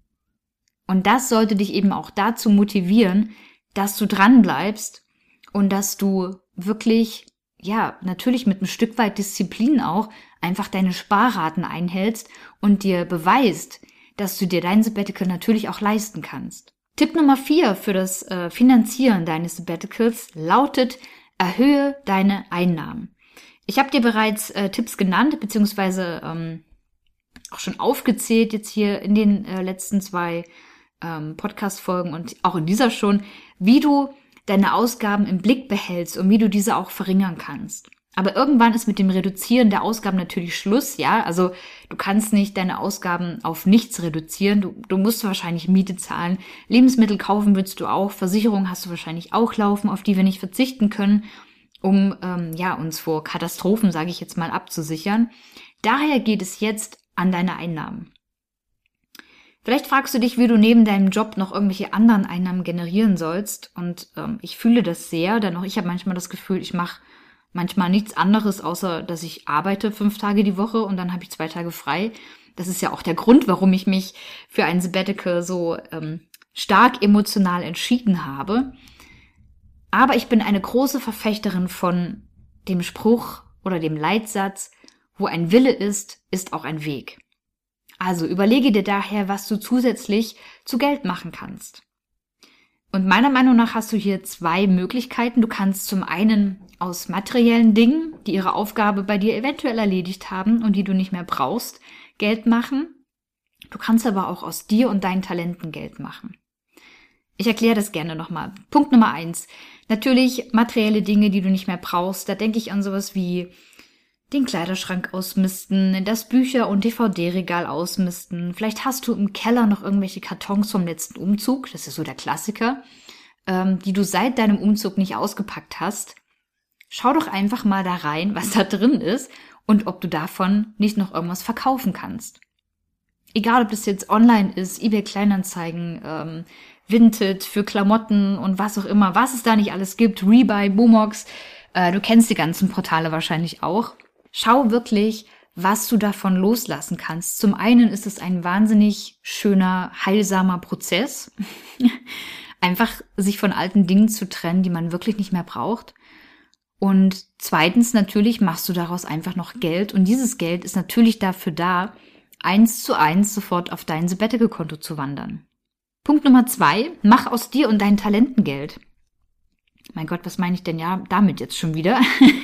Und das sollte dich eben auch dazu motivieren, dass du dran bleibst und dass du wirklich, natürlich mit ein Stück weit Disziplin auch, einfach deine Sparraten einhältst und dir beweist, dass du dir dein Sabbatical natürlich auch leisten kannst. Tipp Nummer 4 für das Finanzieren deines Sabbaticals lautet: Erhöhe deine Einnahmen. Ich habe dir bereits Tipps genannt, beziehungsweise auch schon aufgezählt jetzt hier in den letzten 2 Podcast-Folgen und auch in dieser schon, wie du deine Ausgaben im Blick behältst und wie du diese auch verringern kannst. Aber irgendwann ist mit dem Reduzieren der Ausgaben natürlich Schluss, ja. Also du kannst nicht deine Ausgaben auf nichts reduzieren. Du musst wahrscheinlich Miete zahlen, Lebensmittel kaufen willst du auch, Versicherungen hast du wahrscheinlich auch laufen, auf die wir nicht verzichten können, um uns vor Katastrophen, sage ich jetzt mal, abzusichern. Daher geht es jetzt an deine Einnahmen. Vielleicht fragst du dich, wie du neben deinem Job noch irgendwelche anderen Einnahmen generieren sollst. Und ich fühle das sehr, denn auch ich habe manchmal das Gefühl, ich mache manchmal nichts anderes, außer dass ich arbeite 5 Tage die Woche und dann habe ich 2 Tage frei. Das ist ja auch der Grund, warum ich mich für ein Sabbatical so stark emotional entschieden habe. Aber ich bin eine große Verfechterin von dem Spruch oder dem Leitsatz: Wo ein Wille ist, ist auch ein Weg. Also überlege dir daher, was du zusätzlich zu Geld machen kannst. Und meiner Meinung nach hast du hier 2 Möglichkeiten. Du kannst zum einen aus materiellen Dingen, die ihre Aufgabe bei dir eventuell erledigt haben und die du nicht mehr brauchst, Geld machen. Du kannst aber auch aus dir und deinen Talenten Geld machen. Ich erkläre das gerne nochmal. Punkt Nummer 1. Natürlich materielle Dinge, die du nicht mehr brauchst. Da denke ich an sowas wie den Kleiderschrank ausmisten, das Bücher- und DVD-Regal ausmisten. Vielleicht hast du im Keller noch irgendwelche Kartons vom letzten Umzug. Das ist so der Klassiker, die du seit deinem Umzug nicht ausgepackt hast. Schau doch einfach mal da rein, was da drin ist und ob du davon nicht noch irgendwas verkaufen kannst. Egal, ob das jetzt online ist, eBay Kleinanzeigen, Vinted für Klamotten und was auch immer, was es da nicht alles gibt, Rebuy, Boomox, du kennst die ganzen Portale wahrscheinlich auch. Schau wirklich, was du davon loslassen kannst. Zum einen ist es ein wahnsinnig schöner, heilsamer Prozess, einfach sich von alten Dingen zu trennen, die man wirklich nicht mehr braucht. Und zweitens natürlich machst du daraus einfach noch Geld und dieses Geld ist natürlich dafür da, 1:1 sofort auf dein Sabbatical-Konto zu wandern. Punkt Nummer 2, mach aus dir und deinen Talenten Geld. Mein Gott, was meine ich denn damit jetzt schon wieder?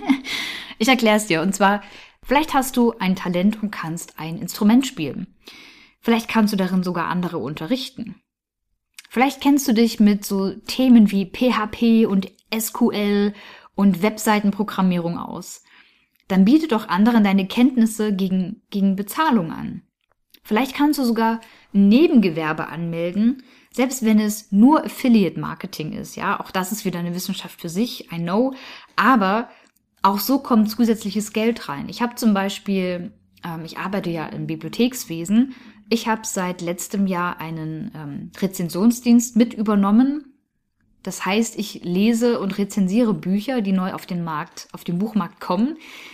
Ich erkläre es dir. Und zwar, vielleicht hast du ein Talent und kannst ein Instrument spielen. Vielleicht kannst du darin sogar andere unterrichten. Vielleicht kennst du dich mit so Themen wie PHP und SQL und Webseitenprogrammierung aus. Dann biete doch anderen deine Kenntnisse gegen Bezahlung an. Vielleicht kannst du sogar ein Nebengewerbe anmelden, selbst wenn es nur Affiliate-Marketing ist. Ja, auch das ist wieder eine Wissenschaft für sich, I know. Aber auch so kommt zusätzliches Geld rein. Ich habe zum Beispiel, ich arbeite ja im Bibliothekswesen. Ich habe seit letztem Jahr einen Rezensionsdienst mit übernommen. Das heißt, ich lese und rezensiere Bücher, die neu auf den Buchmarkt kommen.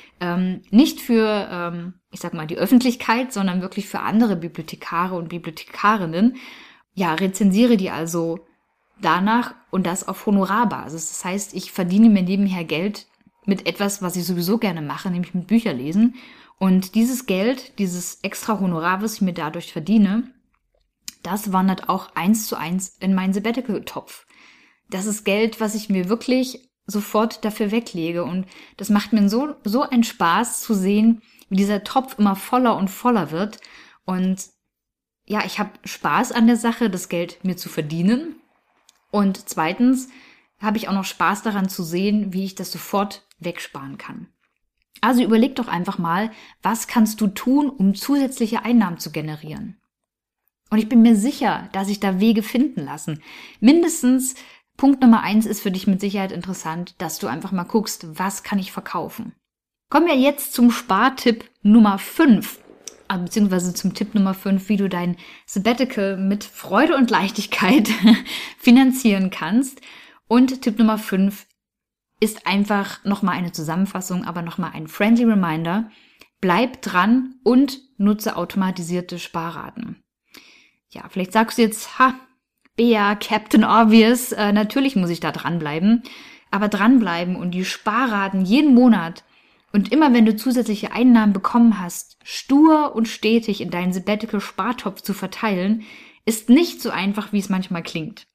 Nicht für, die Öffentlichkeit, sondern wirklich für andere Bibliothekare und Bibliothekarinnen. Ja, rezensiere die also danach und das auf Honorarbasis. Das heißt, ich verdiene mir nebenher Geld mit etwas, was ich sowieso gerne mache, nämlich mit Bücher lesen. Und dieses Geld, dieses extra Honorar, was ich mir dadurch verdiene, das wandert auch 1:1 in meinen Sabbatical-Topf. Das ist Geld, was ich mir wirklich sofort dafür weglege. Und das macht mir so einen Spaß zu sehen, wie dieser Topf immer voller und voller wird. Und ja, ich habe Spaß an der Sache, das Geld mir zu verdienen. Und zweitens habe ich auch noch Spaß daran zu sehen, wie ich das sofort wegsparen kann. Also überleg doch einfach mal, was kannst du tun, um zusätzliche Einnahmen zu generieren? Und ich bin mir sicher, dass sich da Wege finden lassen. Mindestens Punkt Nummer 1 ist für dich mit Sicherheit interessant, dass du einfach mal guckst, was kann ich verkaufen? Kommen wir jetzt zum Spartipp Nummer 5, beziehungsweise zum Tipp Nummer 5, wie du dein Sabbatical mit Freude und Leichtigkeit finanzieren kannst. Und Tipp Nummer 5 ist einfach nochmal eine Zusammenfassung, aber nochmal ein friendly Reminder. Bleib dran und nutze automatisierte Sparraten. Ja, vielleicht sagst du jetzt, Bea, Captain Obvious, natürlich muss ich da dranbleiben. Aber dranbleiben und die Sparraten jeden Monat und immer wenn du zusätzliche Einnahmen bekommen hast, stur und stetig in deinen Sabbatical-Spartopf zu verteilen, ist nicht so einfach, wie es manchmal klingt.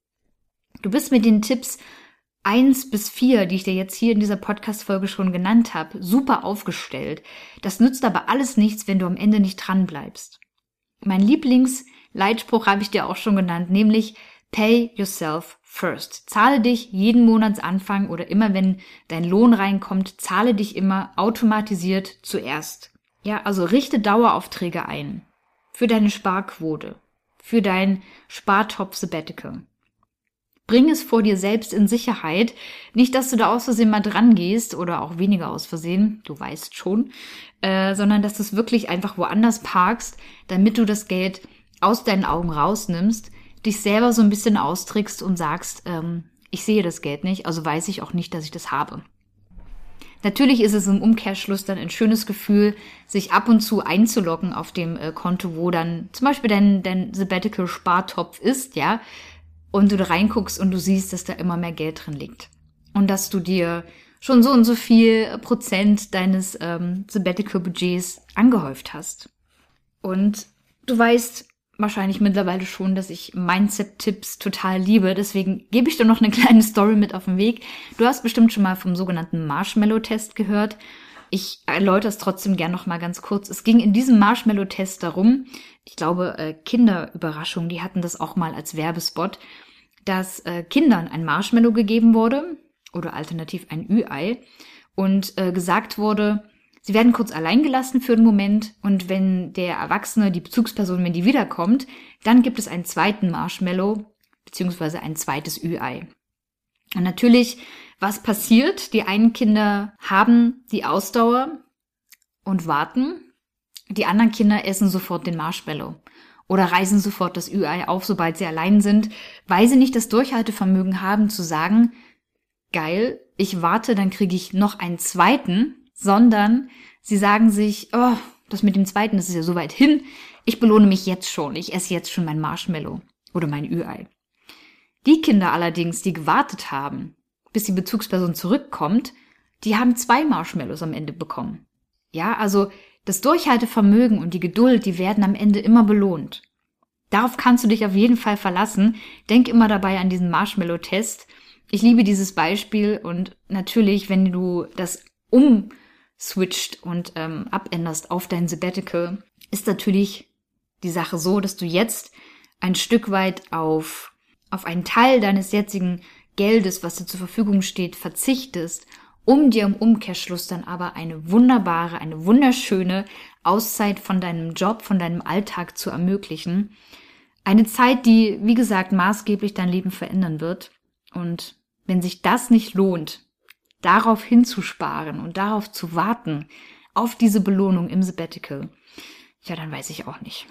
Du bist mit den Tipps 1 bis 4, die ich dir jetzt hier in dieser Podcast-Folge schon genannt habe, super aufgestellt. Das nützt aber alles nichts, wenn du am Ende nicht dran bleibst. Mein Lieblingsleitspruch habe ich dir auch schon genannt, nämlich Pay yourself first. Zahle dich jeden Monatsanfang oder immer wenn dein Lohn reinkommt, zahle dich immer automatisiert zuerst. Ja, also richte Daueraufträge ein für deine Sparquote, für dein Spartopf Sabbatical. Bring es vor dir selbst in Sicherheit. Nicht, dass du da aus Versehen mal dran gehst oder auch weniger aus Versehen, du weißt schon, sondern dass du es wirklich einfach woanders parkst, damit du das Geld aus deinen Augen rausnimmst, dich selber so ein bisschen austrickst und sagst, ich sehe das Geld nicht, also weiß ich auch nicht, dass ich das habe. Natürlich ist es im Umkehrschluss dann ein schönes Gefühl, sich ab und zu einzuloggen auf dem Konto, wo dann zum Beispiel dein Sabbatical-Spartopf ist, ja, und du da reinguckst und du siehst, dass da immer mehr Geld drin liegt. Und dass du dir schon so und so viel Prozent deines Sabbatical-Budgets angehäuft hast. Und du weißt wahrscheinlich mittlerweile schon, dass ich Mindset-Tipps total liebe. Deswegen gebe ich dir noch eine kleine Story mit auf den Weg. Du hast bestimmt schon mal vom sogenannten Marshmallow-Test gehört. Ich erläutere es trotzdem gern noch mal ganz kurz. Es ging in diesem Marshmallow-Test darum, ich glaube, Kinderüberraschung, die hatten das auch mal als Werbespot, dass Kindern ein Marshmallow gegeben wurde oder alternativ ein Ü-Ei und gesagt wurde, sie werden kurz allein gelassen für einen Moment und wenn der Erwachsene, die Bezugsperson, wenn die wiederkommt, dann gibt es einen zweiten Marshmallow beziehungsweise ein zweites Ü-Ei. Und natürlich, was passiert? Die einen Kinder haben die Ausdauer und warten. Die anderen Kinder essen sofort den Marshmallow oder reißen sofort das Ü-Ei auf, sobald sie allein sind, weil sie nicht das Durchhaltevermögen haben zu sagen, geil, ich warte, dann kriege ich noch einen zweiten, sondern sie sagen sich, oh, das mit dem zweiten, das ist ja so weit hin, ich belohne mich jetzt schon, ich esse jetzt schon mein Marshmallow oder mein Ü-Ei. Die Kinder allerdings, die gewartet haben, bis die Bezugsperson zurückkommt, die haben 2 Marshmallows am Ende bekommen. Ja, also das Durchhaltevermögen und die Geduld, die werden am Ende immer belohnt. Darauf kannst du dich auf jeden Fall verlassen. Denk immer dabei an diesen Marshmallow-Test. Ich liebe dieses Beispiel und natürlich, wenn du das umswitcht und abänderst auf dein Sabbatical, ist natürlich die Sache so, dass du jetzt ein Stück weit auf einen Teil deines jetzigen Geldes, was dir zur Verfügung steht, verzichtest, um dir im Umkehrschluss dann aber eine wunderbare, eine wunderschöne Auszeit von deinem Job, von deinem Alltag zu ermöglichen. Eine Zeit, die, wie gesagt, maßgeblich dein Leben verändern wird. Und wenn sich das nicht lohnt, darauf hinzusparen und darauf zu warten, auf diese Belohnung im Sabbatical, ja, dann weiß ich auch nicht.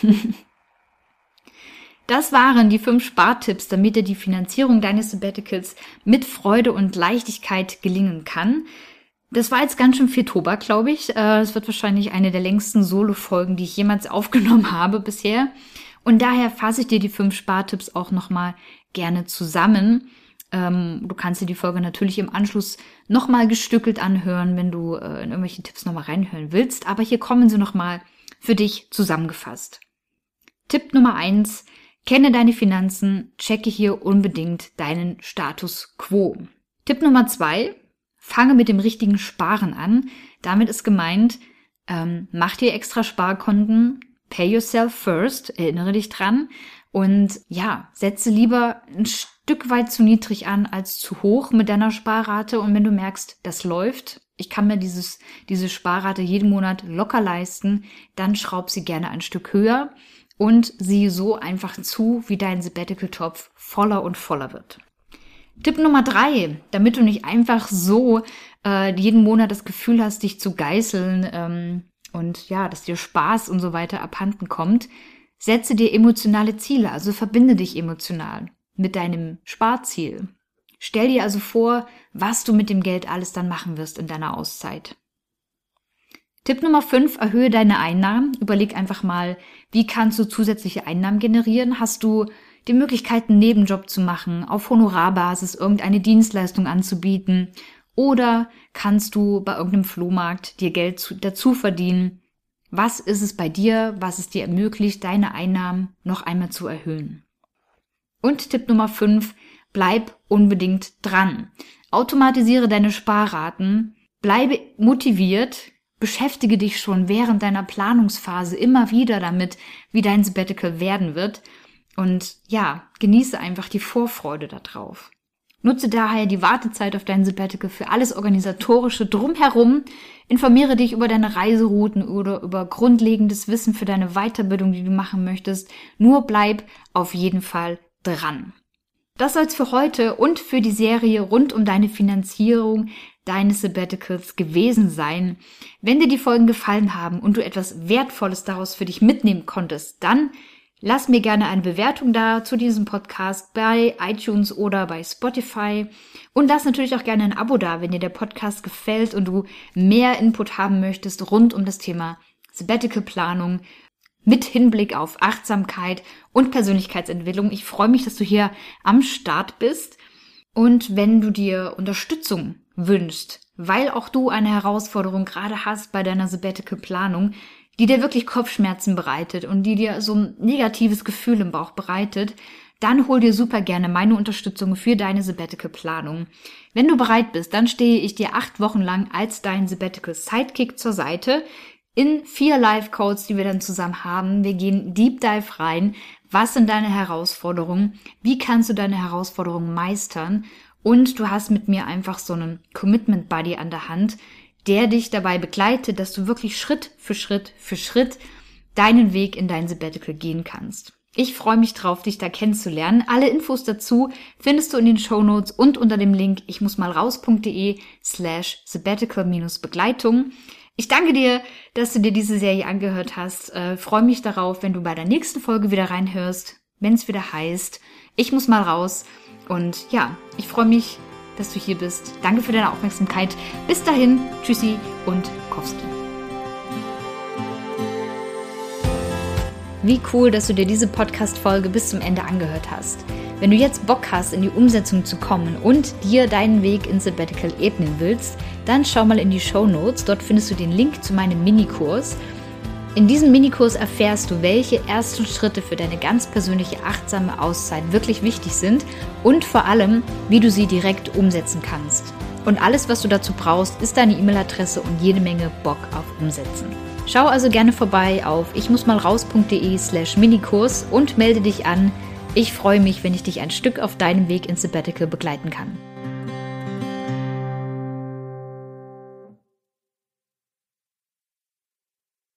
Das waren die 5 Spartipps, damit dir die Finanzierung deines Sabbaticals mit Freude und Leichtigkeit gelingen kann. Das war jetzt ganz schön viel Tobak, glaube ich. Es wird wahrscheinlich eine der längsten Solo-Folgen, die ich jemals aufgenommen habe bisher. Und daher fasse ich dir die 5 Spartipps auch nochmal gerne zusammen. Du kannst dir die Folge natürlich im Anschluss nochmal gestückelt anhören, wenn du in irgendwelche Tipps nochmal reinhören willst. Aber hier kommen sie nochmal für dich zusammengefasst. Tipp Nummer 1. Kenne deine Finanzen, checke hier unbedingt deinen Status quo. Tipp Nummer 2, fange mit dem richtigen Sparen an. Damit ist gemeint, mach dir extra Sparkonten, pay yourself first, erinnere dich dran und ja, setze lieber ein Stück weit zu niedrig an als zu hoch mit deiner Sparrate und wenn du merkst, das läuft, ich kann mir diese Sparrate jeden Monat locker leisten, dann schraub sie gerne ein Stück höher und sieh so einfach zu, wie dein Sabbatical-Topf voller und voller wird. Tipp Nummer 3, damit du nicht einfach so jeden Monat das Gefühl hast, dich zu geißeln und ja, dass dir Spaß und so weiter abhanden kommt, setze dir emotionale Ziele, also verbinde dich emotional mit deinem Sparziel. Stell dir also vor, was du mit dem Geld alles dann machen wirst in deiner Auszeit. Tipp Nummer 5, erhöhe deine Einnahmen. Überleg einfach mal, wie kannst du zusätzliche Einnahmen generieren? Hast du die Möglichkeit, einen Nebenjob zu machen, auf Honorarbasis irgendeine Dienstleistung anzubieten? Oder kannst du bei irgendeinem Flohmarkt dir Geld dazu verdienen? Was ist es bei dir, was es dir ermöglicht, deine Einnahmen noch einmal zu erhöhen? Und Tipp Nummer 5, bleib unbedingt dran. Automatisiere deine Sparraten, bleibe motiviert, beschäftige dich schon während deiner Planungsphase immer wieder damit, wie dein Sabbatical werden wird und ja, genieße einfach die Vorfreude darauf. Nutze daher die Wartezeit auf dein Sabbatical für alles Organisatorische drumherum, informiere dich über deine Reiserouten oder über grundlegendes Wissen für deine Weiterbildung, die du machen möchtest. Nur bleib auf jeden Fall dran. Das soll es für heute und für die Serie rund um deine Finanzierung deines Sabbaticals gewesen sein. Wenn dir die Folgen gefallen haben und du etwas Wertvolles daraus für dich mitnehmen konntest, dann lass mir gerne eine Bewertung da zu diesem Podcast bei iTunes oder bei Spotify und lass natürlich auch gerne ein Abo da, wenn dir der Podcast gefällt und du mehr Input haben möchtest rund um das Thema Sabbatical-Planung mit Hinblick auf Achtsamkeit und Persönlichkeitsentwicklung. Ich freue mich, dass du hier am Start bist. Und wenn du dir Unterstützung wünschst, weil auch du eine Herausforderung gerade hast bei deiner Sabbatical-Planung, die dir wirklich Kopfschmerzen bereitet und die dir so ein negatives Gefühl im Bauch bereitet, dann hol dir super gerne meine Unterstützung für deine Sabbatical-Planung. Wenn du bereit bist, dann stehe ich dir 8 Wochen lang als dein Sabbatical-Sidekick zur Seite, in 4 Live-Codes, die wir dann zusammen haben. Wir gehen Deep Dive rein. Was sind deine Herausforderungen? Wie kannst du deine Herausforderungen meistern? Und du hast mit mir einfach so einen Commitment Buddy an der Hand, der dich dabei begleitet, dass du wirklich Schritt für Schritt deinen Weg in dein Sabbatical gehen kannst. Ich freue mich drauf, dich da kennenzulernen. Alle Infos dazu findest du in den Shownotes und unter dem Link ichmussmalraus.de/sabbatical-Begleitung. Ich danke dir, dass du dir diese Serie angehört hast. Freue mich darauf, wenn du bei der nächsten Folge wieder reinhörst, wenn es wieder heißt, ich muss mal raus. Und ja, ich freue mich, dass du hier bist. Danke für deine Aufmerksamkeit. Bis dahin, tschüssi und Kowski. Wie cool, dass du dir diese Podcast-Folge bis zum Ende angehört hast. Wenn du jetzt Bock hast, in die Umsetzung zu kommen und dir deinen Weg ins Sabbatical ebnen willst, dann schau mal in die Shownotes. Dort findest du den Link zu meinem Minikurs. In diesem Minikurs erfährst du, welche ersten Schritte für deine ganz persönliche achtsame Auszeit wirklich wichtig sind und vor allem, wie du sie direkt umsetzen kannst. Und alles, was du dazu brauchst, ist deine E-Mail-Adresse und jede Menge Bock auf Umsetzen. Schau also gerne vorbei auf ichmussmalraus.de/Minikurs und melde dich an. Ich freue mich, wenn ich dich ein Stück auf deinem Weg ins Sabbatical begleiten kann.